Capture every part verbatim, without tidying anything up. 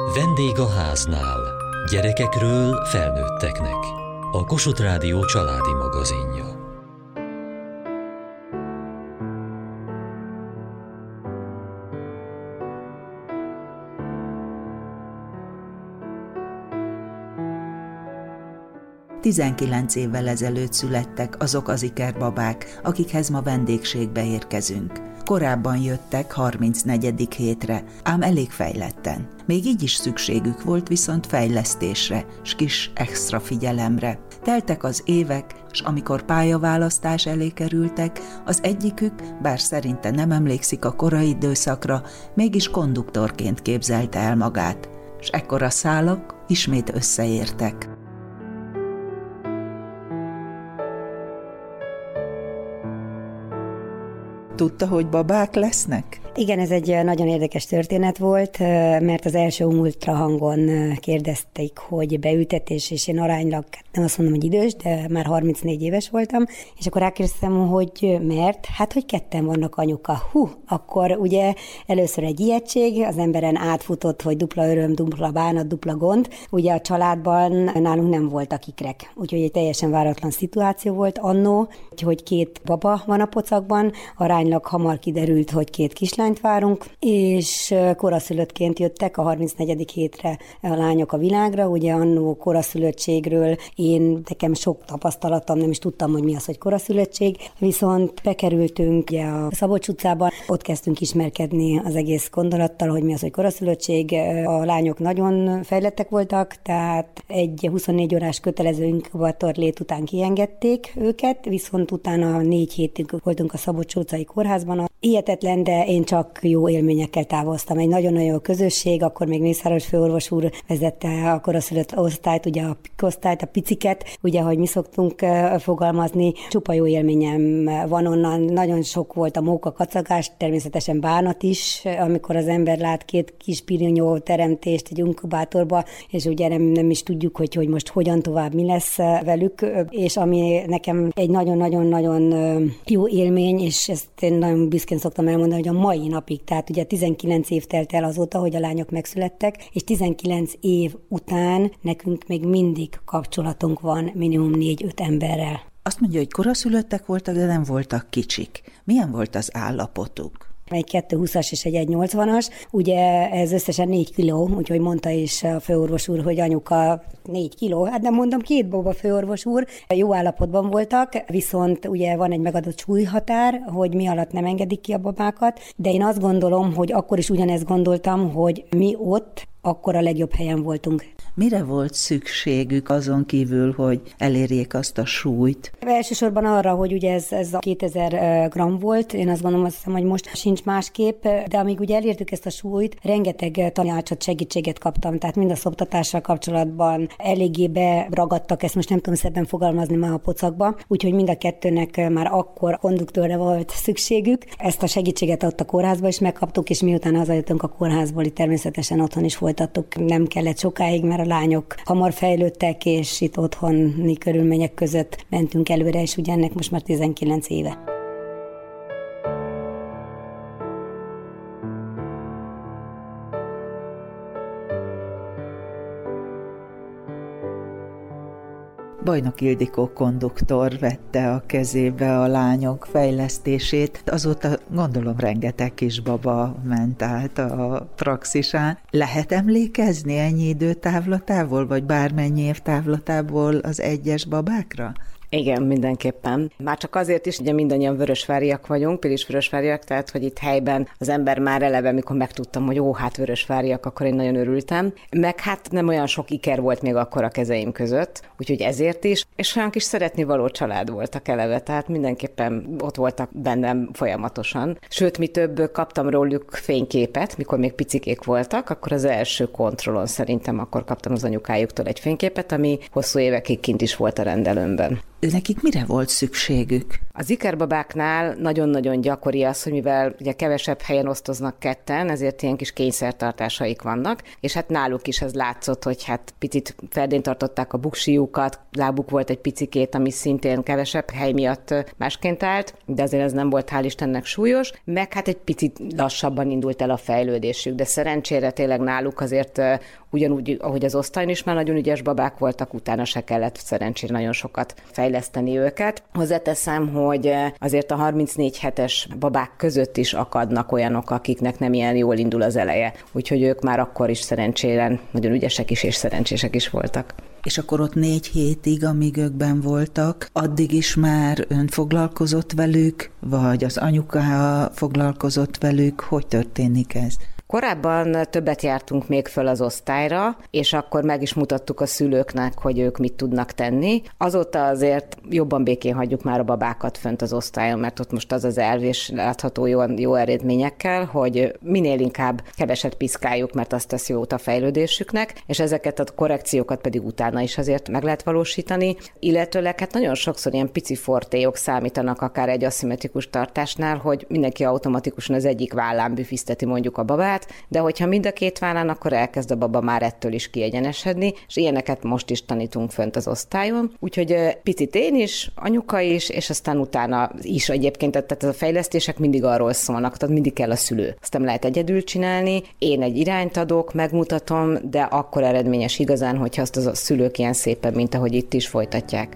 Vendég a háznál. Gyerekekről felnőtteknek. A Kossuth Rádió családi magazinja. tizenkilenc évvel ezelőtt születtek azok az ikerbabák, akikhez ma vendégségbe érkezünk. Korábban jöttek harmincnegyedik hétre, ám elég fejletten. Még így is szükségük volt viszont fejlesztésre, s kis extra figyelemre. Teltek az évek, s amikor pályaválasztás elé kerültek, az egyikük, bár szerinte nem emlékszik a korai időszakra, mégis konduktorként képzelte el magát, s ekkor a szálak ismét összeértek. Tudta, hogy babák lesznek? Igen, ez egy nagyon érdekes történet volt, mert az első ultrahangon kérdezték, hogy beültetés, és én aránylag, nem azt mondom, hogy idős, de már harmincnégy éves voltam, és akkor rákérdeztem, hogy mert, hát, hogy ketten vannak anyuka. Hú, akkor ugye először egy ijegység, az emberen átfutott, hogy dupla öröm, dupla bánat, dupla gond. Ugye a családban nálunk nem voltak ikrek, úgyhogy egy teljesen váratlan szituáció volt annó, hogy két baba van a pocakban, aránylag hamar kiderült, hogy két kislány várunk, és koraszülöttként jöttek a harmincnegyedik hétre a lányok a világra, ugye annó koraszülöttségről én, nekem sok tapasztalatom, nem is tudtam, hogy mi az, hogy koraszülöttség, viszont bekerültünk ugye a Szabolcs utcában, ott kezdtünk ismerkedni az egész gondolattal, hogy mi az, hogy koraszülöttség. A lányok nagyon fejlettek voltak, tehát egy huszonnégy órás kötelező inkubátor lét után kiengedték őket, viszont utána négy hétig voltunk a Szabolcs utcai kórházban. Hihetetlen, de én csak jó élményekkel távoztam. Egy nagyon-nagyon jó közösség, akkor még Mészáros főorvos úr vezette a koraszülött osztályt, ugye a osztályt, a piciket, ugye, hogy mi szoktunk fogalmazni. Csupa jó élményem van onnan, nagyon sok volt a móka kacagás, természetesen bánat is, amikor az ember lát két kis pirinyó teremtést egy inkubátorba, és ugye nem, nem is tudjuk, hogy, hogy most hogyan tovább, mi lesz velük, és ami nekem egy nagyon-nagyon-nagyon jó élmény, és ezt én nagyon büszkén szoktam elmondani, hogy a mai napig, tehát ugye tizenkilenc év telt el azóta, hogy a lányok megszülettek, és tizenkilenc év után nekünk még mindig kapcsolatunk van minimum négy-öt emberrel. Azt mondja, hogy koraszülöttek voltak, de nem voltak kicsik. Milyen volt az állapotuk? Egy kettő húszas és egy egy nyolcvanas, ugye ez összesen négy kiló, úgyhogy mondta is a főorvos úr, hogy anyuka négy kiló, hát nem mondom, két baba főorvos úr, jó állapotban voltak, viszont ugye van egy megadott súlyhatár, hogy mi alatt nem engedik ki a babákat, de én azt gondolom, hogy akkor is ugyanezt gondoltam, hogy mi ott akkor a legjobb helyen voltunk. Mire volt szükségük azon kívül, hogy elérjék azt a súlyt? Elsősorban arra, hogy ugye ez, ez a kétezer gramm volt, én azt gondolom, azt hiszem, hogy most sincs másképp, de amíg ugye elértük ezt a súlyt, rengeteg tanácsot, segítséget kaptam, tehát mind a szoptatással kapcsolatban eléggé beragadtak, ezt most nem tudom szebben fogalmazni már a pocakba, úgyhogy mind a kettőnek már akkor konduktorra volt szükségük. Ezt a segítséget ott a kórházba is megkaptuk, és miután hazajöttünk a kórházból, itt természetesen otthon is folytattuk. Nem kellett sokáig, mert a lányok hamar fejlődtek, és itt otthoni körülmények között mentünk előre, és ugye ennek most már tizenkilenc éve. Bajnok Ildikó konduktor vette a kezébe a lányok fejlesztését. Azóta gondolom rengeteg kisbaba ment át a praxisán. Lehet emlékezni ennyi időtávlatából, vagy bármennyi év távlatából az egyes babákra? Igen, mindenképpen. Már csak azért is, ugye mindannyian vörösváriak vagyunk, pilisvörösváriak, tehát hogy itt helyben az ember már eleve, mikor megtudtam, hogy ó, hát vörösváriak, akkor én nagyon örültem. Meg hát nem olyan sok iker volt még akkor a kezeim között, úgyhogy ezért is, és olyan kis szeretnivaló család voltak eleve, tehát mindenképpen ott voltak bennem folyamatosan. Sőt, mi több, kaptam róluk fényképet, mikor még picikék voltak, akkor az első kontrollon szerintem akkor kaptam az anyukájuktól egy fényképet, ami hosszú évekig kint is volt a rendelőmben. Nekik mire volt szükségük? Az ikerbabáknál nagyon-nagyon gyakori az, hogy mivel ugye kevesebb helyen osztoznak ketten, ezért ilyen kis kényszertartásaik vannak, és hát náluk is ez látszott, hogy hát picit ferdén tartották a buksiukat, lábuk volt egy picikét, ami szintén kevesebb hely miatt másként állt, de azért ez nem volt hál' Istennek súlyos, meg hát egy picit lassabban indult el a fejlődésük, de szerencsére tényleg náluk azért ugyanúgy, ahogy az osztályon is már nagyon ügyes babák voltak, utána se kellett szerencsére nagyon sokat fejleszteni őket. Hozzáteszem, hogy azért a harmincnégy hetes babák között is akadnak olyanok, akiknek nem ilyen jól indul az eleje. Úgyhogy ők már akkor is szerencsére nagyon ügyesek is és szerencsések is voltak. És akkor ott négy hétig, amíg ők benn voltak, addig is már ön foglalkozott velük, vagy az anyuka foglalkozott velük? Hogy történik ez? Korábban többet jártunk még föl az osztályra, és akkor meg is mutattuk a szülőknek, hogy ők mit tudnak tenni. Azóta azért jobban békén hagyjuk már a babákat fönt az osztályon, mert ott most az az elv, és látható jó, jó eredményekkel, hogy minél inkább keveset piszkáljuk, mert azt tesz jót a fejlődésüknek, és ezeket a korrekciókat pedig utána is azért meg lehet valósítani. Illetőleg hát nagyon sokszor ilyen pici fortélyok számítanak akár egy aszimmetrikus tartásnál, hogy mindenki automatikusan az egyik vállán büfiszteti mondjuk a babát, de hogyha mind a két vállán, akkor elkezd a baba már ettől is kiegyenesedni, és ilyeneket most is tanítunk fönt az osztályon. Úgyhogy picit én is, anyuka is, és aztán utána is egyébként, tehát a fejlesztések mindig arról szólnak, tehát mindig kell a szülő. Azt nem lehet egyedül csinálni, én egy irányt adok, megmutatom, de akkor eredményes igazán, hogyha azt a szülők ilyen szépen, mint ahogy itt is folytatják.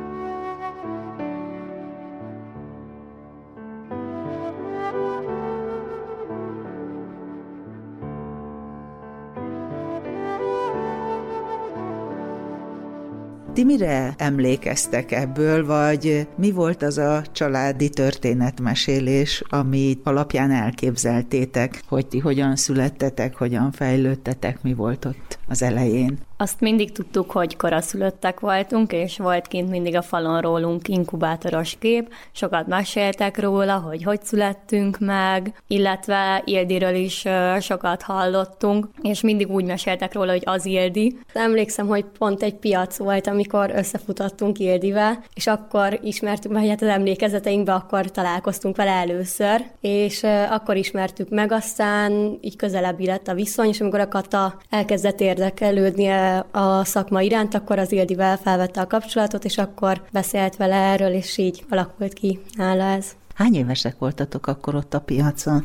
Ti mire emlékeztek ebből, vagy mi volt az a családi történetmesélés, amit alapján elképzeltétek, hogy ti hogyan születtetek, hogyan fejlődtetek, mi volt ott az elején? Azt mindig tudtuk, hogy koraszülöttek voltunk, és volt kint mindig a falon rólunk inkubátoros kép. Sokat meséltek róla, hogy hogy születtünk meg, illetve Ildiről is sokat hallottunk, és mindig úgy meséltek róla, hogy az Ildi. Emlékszem, hogy pont egy piac volt, amikor összefutottunk Ildivel, és akkor ismertük meg, hogy hát az emlékezeteinkben akkor találkoztunk vele először, és akkor ismertük meg, aztán így közelebb lett a viszony, és amikor a Kata elkezdett érdeklődni a szakma iránt, akkor az Ildivel felvette a kapcsolatot, és akkor beszélt vele erről, és így alakult ki nála ez. Hány évesek voltatok akkor ott a piacon?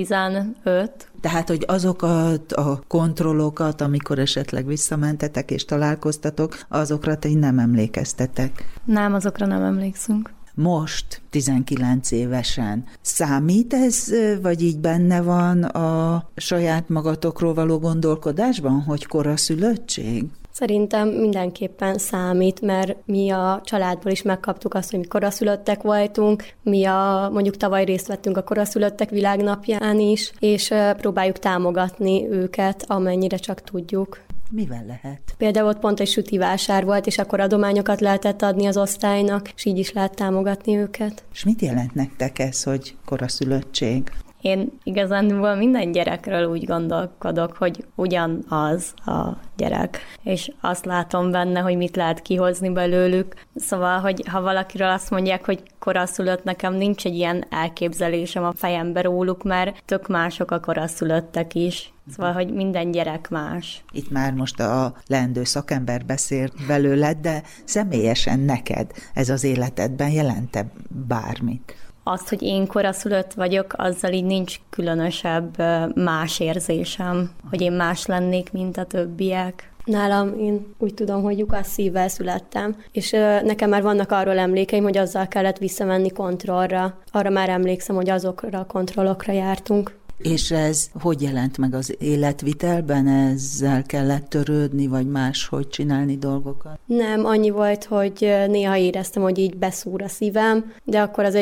tizenöt. Tehát, hogy azokat a kontrollokat, amikor esetleg visszamentetek és találkoztatok, azokra ti nem emlékeztetek? Nem, azokra nem emlékszünk. Most, tizenkilenc évesen, számít ez, vagy így benne van a saját magatokról való gondolkodásban, hogy koraszülöttség? Szerintem mindenképpen számít, mert mi a családból is megkaptuk azt, hogy mi koraszülöttek voltunk, mi a, mondjuk tavaly részt vettünk a koraszülöttek világnapján is, és próbáljuk támogatni őket, amennyire csak tudjuk. Mivel lehet? Például ott pont egy sütivásár volt, és akkor adományokat lehetett adni az osztálynak, és így is lehet támogatni őket. És mit jelent nektek ez, hogy koraszülöttség? Én igazánból minden gyerekről úgy gondolkodok, hogy ugyanaz a gyerek, és azt látom benne, hogy mit lehet kihozni belőlük. Szóval, hogy ha valakiről azt mondják, hogy koraszülött, nekem nincs egy ilyen elképzelésem a fejembe róluk, mert tök mások a koraszülöttek is. Szóval, hogy minden gyerek más. Itt már most a leendő szakember beszél belőled, de személyesen neked ez az életedben jelent-e bármit? Azt, hogy én koraszülött vagyok, azzal így nincs különösebb más érzésem, hogy én más lennék, mint a többiek. Nálam én úgy tudom, hogy lyukas szívvel születtem, és nekem már vannak arról emlékeim, hogy azzal kellett visszamenni kontrollra. Arra már emlékszem, hogy azokra a kontrollokra jártunk. És ez hogy jelent meg az életvitelben? Ezzel kellett törődni, vagy máshogy csinálni dolgokat? Nem, annyi volt, hogy néha éreztem, hogy így beszúr a szívem, de akkor az egy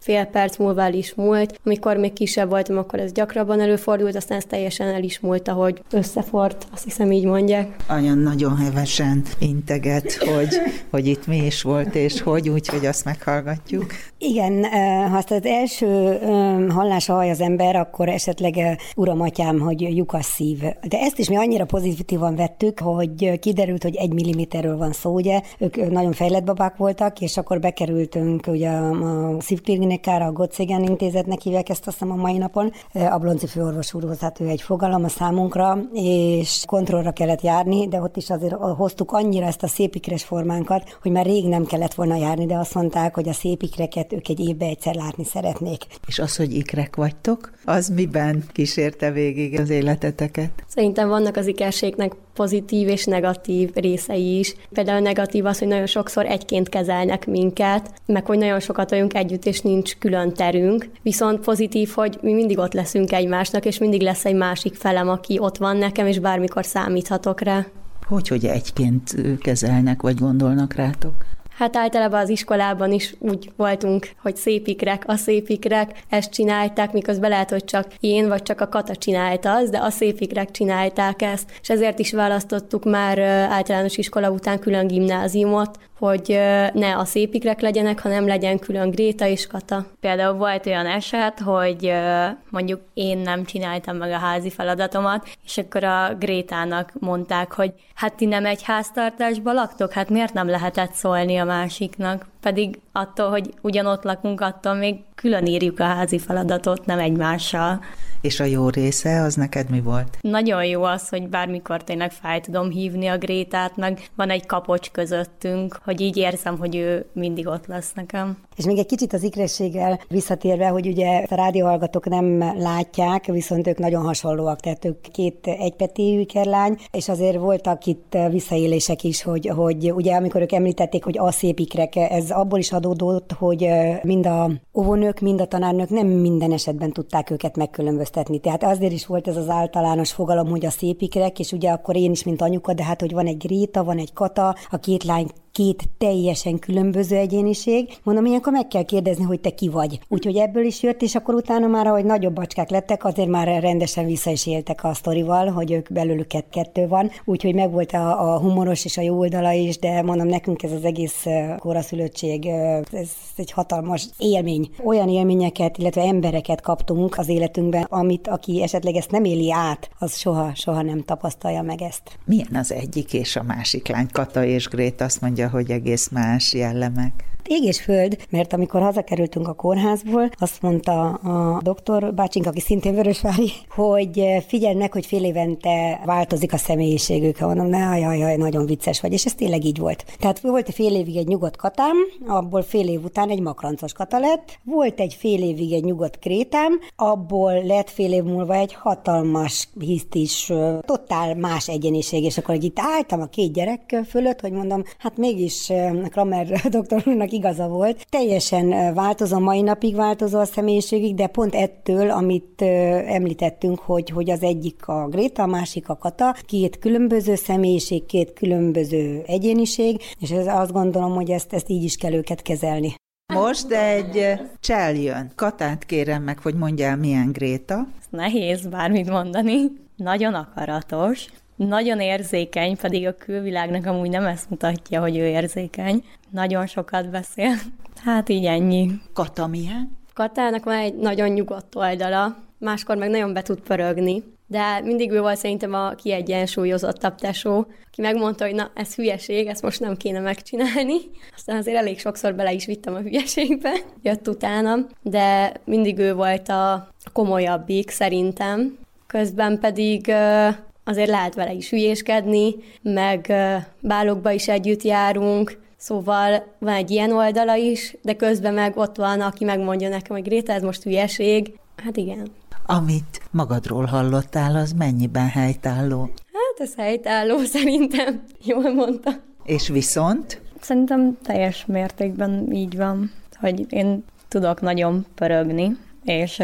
fél perc múlva el is múlt. Amikor még kisebb voltam, akkor ez gyakrabban előfordult, aztán ez teljesen el is múlt, ahogy összefort, azt hiszem így mondják. Anya nagyon hevesen integet, hogy, hogy itt mi is volt, és hogy, úgyhogy azt meghallgatjuk. Igen, ha azt az első hallása hallja az ember, akkor esetleg uram, atyám, hogy lyukas szív. De ezt is mi annyira pozitívan vettük, hogy kiderült, hogy egy milliméterről van szó, ugye, ők nagyon fejlett babák voltak, és akkor bekerültünk ugye a szívklinikára, a Gottszegen intézetnek hívják ezt, azt hiszem a mai napon, Ablonci főorvos úrhoz, hát ő egy fogalom a számunkra, és kontrollra kellett járni, de ott is azért hoztuk annyira ezt a szépikres formánkat, hogy már rég nem kellett volna járni, de azt mondták, hogy a szépikreket ők egy évbe egyszer látni szeretnék. És az, hogy ikrek vagytok, az miben kísérte végig az életeteket? Szerintem vannak az ikerségnek pozitív és negatív részei is. Például negatív az, hogy nagyon sokszor egyként kezelnek minket, meg hogy nagyon sokat vagyunk együtt, és nincs külön terünk. Viszont pozitív, hogy mi mindig ott leszünk egymásnak, és mindig lesz egy másik felem, aki ott van nekem, és bármikor számíthatok rá. Hogy, hogy egyként kezelnek, vagy gondolnak rátok? Hát általában az iskolában is úgy voltunk, hogy szépikrek, a szépikrek ezt csinálták, miközben lehet, hogy csak én, vagy csak a Kata csinálta az, de a szépikrek csinálták ezt. És ezért is választottuk már általános iskola után külön gimnáziumot, hogy ne a szépikrek legyenek, hanem legyen külön Gréta és Kata. Például volt olyan eset, hogy mondjuk én nem csináltam meg a házi feladatomat, és akkor a Grétának mondták, hogy hát ti nem egy háztartásban laktok, hát miért nem lehetett szólni a másiknak? Pedig attól, hogy ugyanott lakunk, attól még külön írjuk a házi feladatot, nem egymással. És a jó része, az neked mi volt? Nagyon jó az, hogy bármikor tényleg fel tudom hívni a Grétát, meg van egy kapocs közöttünk, hogy így érzem, hogy ő mindig ott lesz nekem. És még egy kicsit az ikrességgel visszatérve, hogy ugye a rádióhallgatók nem látják, viszont ők nagyon hasonlóak, tehát ők két egypetéjű ikerlány, és azért voltak itt visszaélések is, hogy, hogy ugye amikor ők említették, hogy a szép ikrek, ez abból is adódott, hogy mind a óvónők, mind a tanárnők nem minden esetben tudták őket megkülönböztetni. Tehát azért is volt ez az általános fogalom, hogy a szép ikrek, és ugye akkor én is, mint anyuka, de hát, hogy van egy Gréta, van egy Kata, a két lány két teljesen különböző egyéniség. Mondom, ilyenkor meg kell kérdezni, hogy te ki vagy. Úgyhogy ebből is jött, és akkor utána már, ahogy nagyobb bacskák lettek, azért már rendesen vissza is éltek a sztorival, hogy ők belőlük kettő van. Úgyhogy megvolt a, a humoros és a jó oldala is, de mondom, nekünk ez az egész koraszülöttség, ez egy hatalmas élmény. Olyan élményeket, illetve embereket kaptunk az életünkben, amit aki esetleg ezt nem éli át, az soha, soha nem tapasztalja meg ezt. Milyen az egyik és a másik lány? Kata és Gréta azt mondja, hogy egész más jellemek. Ég és föld, mert amikor hazakerültünk a kórházból, azt mondta a doktor bácsink, aki szintén vörösvári, hogy figyeld meg, hogy fél évente változik a személyiségük. Mondom, ne, jaj, jaj, nagyon vicces vagy, és ez tényleg így volt. Tehát volt egy fél évig egy nyugodt Katám, abból fél év után egy makrancos Kata lett, volt egy fél évig egy nyugodt Grétám, abból lett fél év múlva egy hatalmas, hisztis, totál más egyeniség, és akkor, hogy itt álltam a két gyerek fölött, hogy mondom, hát mégis Kramer doktor úrnak igaza volt. Teljesen változó, mai napig változó a személyiségük, de pont ettől, amit említettünk, hogy, hogy az egyik a Gréta, a másik a Kata, két különböző személyiség, két különböző egyéniség, és ez azt gondolom, hogy ezt, ezt így is kell őket kezelni. Most egy csel jön. Katát kérem meg, hogy mondjál, milyen Gréta. Ez nehéz bármit mondani. Nagyon akaratos, nagyon érzékeny, pedig a külvilágnak amúgy nem ezt mutatja, hogy ő érzékeny. Nagyon sokat beszél. Hát így ennyi. Kata milyen? Katának van egy nagyon nyugodt oldala, máskor meg nagyon be tud pörögni. De mindig ő volt szerintem a kiegyensúlyozottabb tesó, aki megmondta, hogy na, ez hülyeség, ezt most nem kéne megcsinálni. Aztán azért elég sokszor bele is vittem a hülyeségbe, jött utánam, de mindig ő volt a komolyabbik szerintem. Közben pedig azért lehet vele is hülyéskedni, meg bálokba is együtt járunk, szóval van egy ilyen oldala is, de közben meg ott van, aki megmondja nekem, hogy Gréta, ez most hülyeség. Hát igen. Amit magadról hallottál, az mennyiben helytálló? Hát ez helytálló szerintem, jól mondta. És viszont? Szerintem teljes mértékben így van, hogy én tudok nagyon pörögni, és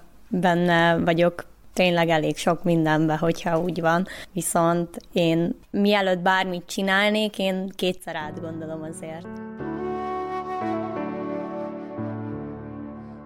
benne vagyok tényleg elég sok mindenben, hogyha úgy van. Viszont én mielőtt bármit csinálnék, én kétszer átgondolom azért.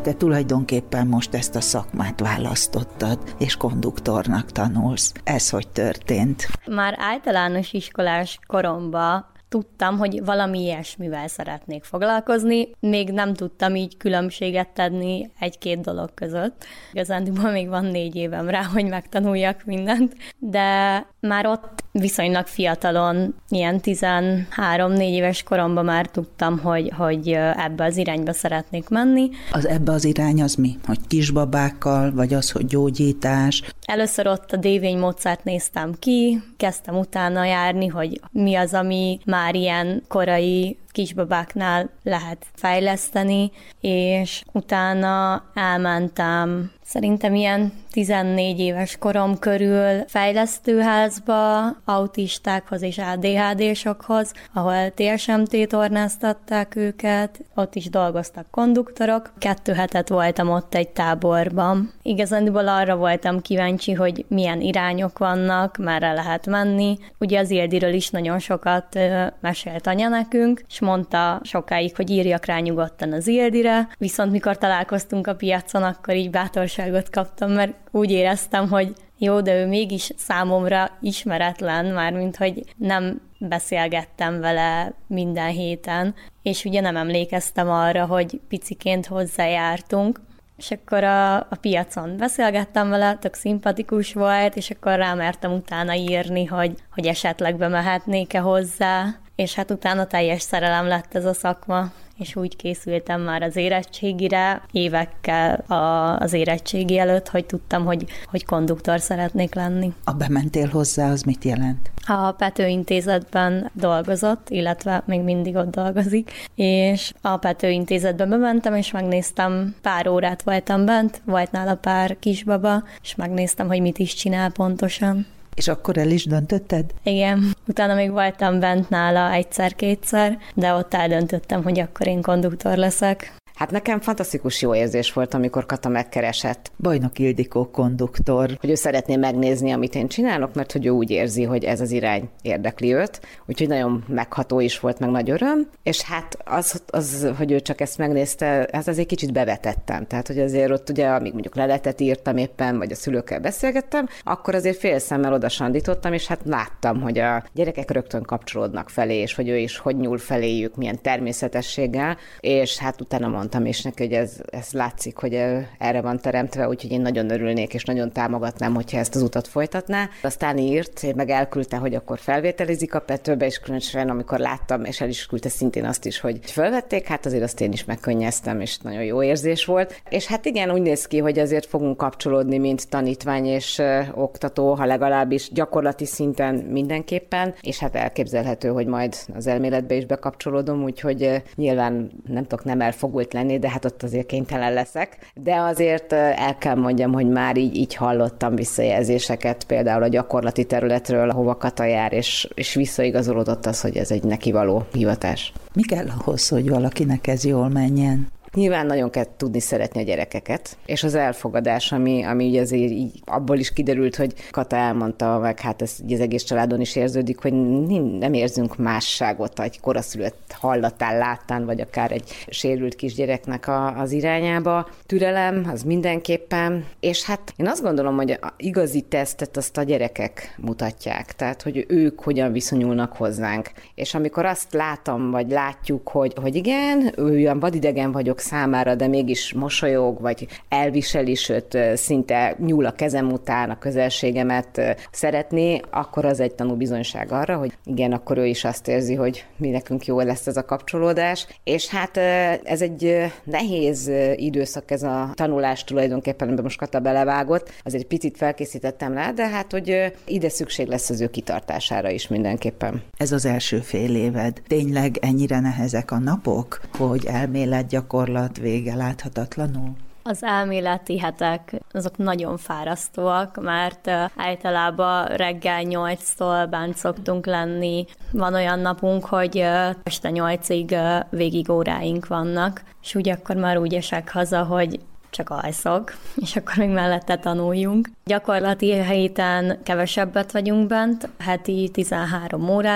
te tulajdonképpen most ezt a szakmát választottad, és konduktornak tanulsz. Ez hogy történt? Már általános iskolás koromban tudtam, hogy valami ilyesmivel szeretnék foglalkozni. Még nem tudtam így különbséget tenni egy-két dolog között. Igazándiból még van négy évem rá, hogy megtanuljak mindent, de már ott viszonylag fiatalon, ilyen tizenhárom-négy éves koromban már tudtam, hogy, hogy ebbe az irányba szeretnék menni. Az ebbe az irány az mi? Hogy kisbabákkal, vagy az, hogy gyógyítás? Először ott a dévénymódszert néztem ki, kezdtem utána járni, hogy mi az, ami már ilyen korai kisbabáknál lehet fejleszteni, és utána elmentem szerintem ilyen tizennégy éves korom körül fejlesztőházba, autistákhoz és á dé há dé-sokhoz, ahol té es em té tornáztatták őket, ott is dolgoztak konduktorok. Kettő hetet voltam ott egy táborban. Igazándiból arra voltam kíváncsi, hogy milyen irányok vannak, merre lehet menni. Ugye az Ildiről is nagyon sokat mesélt anya nekünk, és mondta sokáig, hogy írjak rá nyugodtan az Ildire, viszont mikor találkoztunk a piacon, akkor így bátorságot kaptam, mert úgy éreztem, hogy jó, de ő mégis számomra ismeretlen, mármint hogy nem beszélgettem vele minden héten, és ugye nem emlékeztem arra, hogy piciként hozzájártunk, és akkor a, a piacon beszélgettem vele, tök szimpatikus volt, és akkor rámertem utána írni, hogy, hogy esetleg bemehetnék-e hozzá, és hát utána teljes szerelem lett ez a szakma, és úgy készültem már az érettségire, évekkel a, az érettségi előtt, hogy tudtam, hogy, hogy konduktor szeretnék lenni. A bementél hozzá, az mit jelent? A Pető Intézetben dolgozott, illetve még mindig ott dolgozik, és a Pető Intézetben bementem, és megnéztem, pár órát voltam bent, volt nála pár kisbaba, és megnéztem, hogy mit is csinál pontosan. És akkor el is döntötted? Igen. Utána még voltam bent nála egyszer-kétszer, de ott eldöntöttem, hogy akkor én konduktor leszek. Hát nekem fantasztikus jó érzés volt, amikor Kata megkeresett. Bajnok Ildikó konduktor. Hogy ő szeretné megnézni, amit én csinálok, mert hogy ő úgy érzi, hogy ez az irány érdekli őt. Úgyhogy nagyon megható is volt, meg nagy öröm. És hát az, az hogy ő csak ezt megnézte, ez azért kicsit bevetettem. Tehát, hogy azért ott ugye, amíg mondjuk leletet írtam éppen, vagy a szülőkkel beszélgettem, akkor azért fél szemmel odasandítottam, és hát láttam, hogy a gyerekek rögtön kapcsolódnak felé, és hogy ő is hogy nyúl feléjük, milyen természetességgel, és hát utána mondtam is neki, hogy ez, ez látszik, hogy erre van teremtve, úgyhogy én nagyon örülnék, és nagyon támogatnám, hogyha ezt az utat folytatná. Aztán írt, én meg elküldte, hogy akkor felvételizik a Petőbe, és különösen amikor láttam, és el is küldte szintén azt is, hogy felvették, hát azért azt én is megkönnyeztem, és nagyon jó érzés volt. És hát igen, úgy néz ki, hogy azért fogunk kapcsolódni, mint tanítvány és uh, oktató, ha legalábbis gyakorlati szinten mindenképpen, és hát elképzelhető, hogy majd az elméletbe is bekapcsolódom, úgyhogy uh, nyilván nem tudok nem elfogult lenni, de hát ott azért kénytelen leszek. De azért el kell mondjam, hogy már így, így hallottam visszajelzéseket, például a gyakorlati területről, ahova Kata jár, és, és visszaigazolódott az, hogy ez egy nekivaló hivatás. Mi kell ahhoz, hogy valakinek ez jól menjen? Nyilván nagyon kell tudni szeretni a gyerekeket, és az elfogadás, ami, ami ugye azért így abból is kiderült, hogy Kata elmondta, meg hát ez az egész családon is érződik, hogy nem érzünk másságot egy koraszülött hallatán, láttán, vagy akár egy sérült kisgyereknek a, az irányába. Türelem, az mindenképpen, és hát én azt gondolom, hogy a igazi tesztet azt a gyerekek mutatják, tehát hogy ők hogyan viszonyulnak hozzánk. És amikor azt látom, vagy látjuk, hogy, hogy igen, olyan vadidegen vagyok számára, de mégis mosolyog, vagy elviseli, sőt, szinte nyúl a kezem után, a közelségemet szeretné, akkor az egy tanúbizonyság arra, hogy igen, akkor ő is azt érzi, hogy mi nekünk jó lesz ez a kapcsolódás. És hát ez egy nehéz időszak, ez a tanulás tulajdonképpen, amiben most Kata belevágott, azért egy picit felkészítettem rá, de hát, hogy ide szükség lesz az ő kitartására is mindenképpen. Ez az első fél éved. Tényleg ennyire nehezek a napok, hogy elmélet, gyakorlat vége láthatatlanul? Az elméleti hetek, azok nagyon fárasztóak, mert általában reggel nyolctól bent szoktunk lenni. Van olyan napunk, hogy este nyolcig végig óráink vannak, és úgy akkor már úgy esek haza, hogy csak alszok, és akkor még mellette tanuljunk. Gyakorlati héten kevesebbet vagyunk bent, heti tizenhárom órát.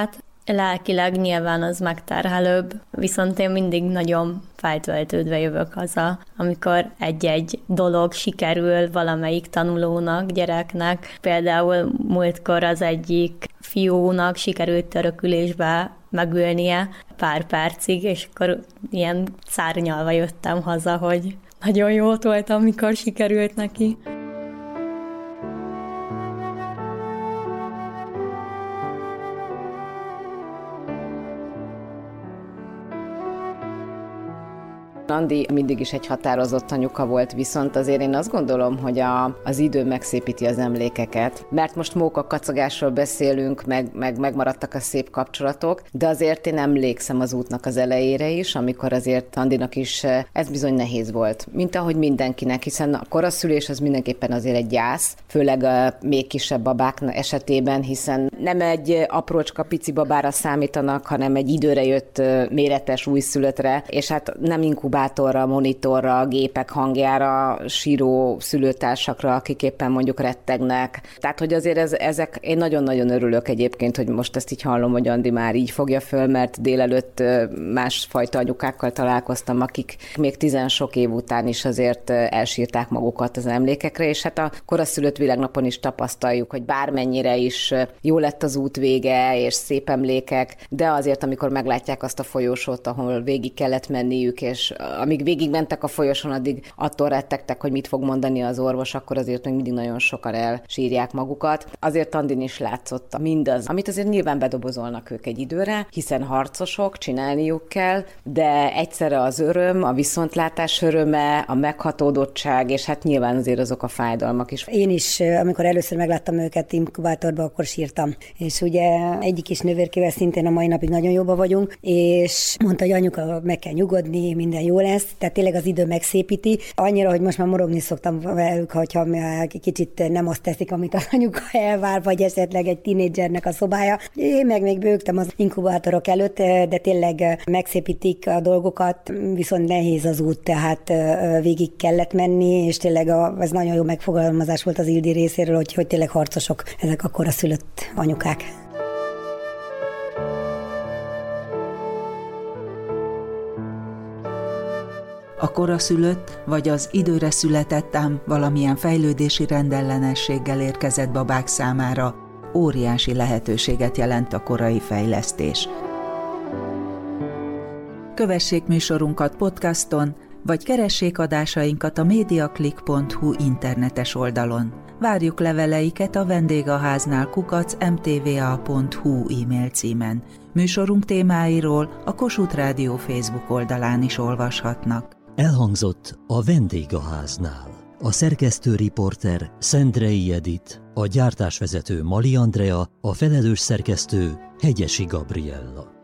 Lelkileg nyilván az megterhelőbb, viszont én mindig nagyon feltöltődve jövök haza, amikor egy-egy dolog sikerül valamelyik tanulónak, gyereknek. Például múltkor az egyik fiúnak sikerült törökülésbe megülnie pár percig, és akkor ilyen szárnyalva jöttem haza, hogy nagyon jó voltam, amikor sikerült neki. Andi mindig is egy határozott anyuka volt, viszont azért én azt gondolom, hogy a, az idő megszépíti az emlékeket, mert most mókakacagásról beszélünk, meg, meg megmaradtak a szép kapcsolatok, de azért én emlékszem az útnak az elejére is, amikor azért Andinak is ez bizony nehéz volt, mint ahogy mindenkinek, hiszen a koraszülés az mindenképpen azért egy gyász, főleg a még kisebb babák esetében, hiszen nem egy aprócska pici babára számítanak, hanem egy időre jött méretes újszülöttre, és hát nem inkubátorra, monitorra, gépek hangjára, síró szülőtársakra, akik éppen mondjuk rettegnek. Tehát, hogy azért ez, ezek, én nagyon-nagyon örülök egyébként, hogy most ezt így hallom, hogy Andi már így fogja föl, mert délelőtt másfajta anyukákkal találkoztam, akik még tizen sok év után is azért elsírták magukat az emlékekre, és hát a koraszülött világnapon is tapasztaljuk, hogy bármennyire is jó lett az út vége, és szép emlékek, de azért, amikor meglátják azt a folyósót, ahol végig kellett menniük, és amíg végig mentek a folyosón, addig attól rettegtek, hogy mit fog mondani az orvos, akkor azért még mindig nagyon sokan elsírják magukat. Azért Andin is látszott mindaz, amit azért nyilván bedobozolnak ők egy időre, hiszen harcosok, csinálniuk kell, de egyszerre az öröm, a viszontlátás öröme, a meghatódottság, és hát nyilván azért azok a fájdalmak is. Én is, amikor először megláttam őket inkubátorban, akkor sírtam. És ugye egyik is nővérkével szintén a mai napig nagyon jobban vagyunk, és mondta, hogy anyuka, meg kell nyugodni, minden jó lesz, tehát tényleg az idő megszépíti. Annyira, hogy most már morogni szoktam velük, hogyha kicsit nem azt teszik, amit az anyuka elvár, vagy esetleg egy tínédzsernek a szobája. Én meg még bőgtem az inkubátorok előtt, de tényleg megszépítik a dolgokat, viszont nehéz az út, tehát végig kellett menni, és tényleg a, ez nagyon jó megfogalmazás volt az Ildi részéről, hogy, hogy tényleg harcosok ezek a koraszülött anyukák. A koraszülött vagy az időre született, ám valamilyen fejlődési rendellenességgel érkezett babák számára óriási lehetőséget jelent a korai fejlesztés. Kövessék műsorunkat podcaston, vagy keressék adásainkat a mediaclick pont hu internetes oldalon. Várjuk leveleiket a vendégháznál kukac em té vé á pont hu e-mail címen. Műsorunk témáiról a Kossuth Rádió Facebook oldalán is olvashatnak. Elhangzott a Vendégháznál. A szerkesztő riporter Szendrei Edith, a gyártásvezető Mali Andrea, a felelős szerkesztő Hegyesi Gabriella.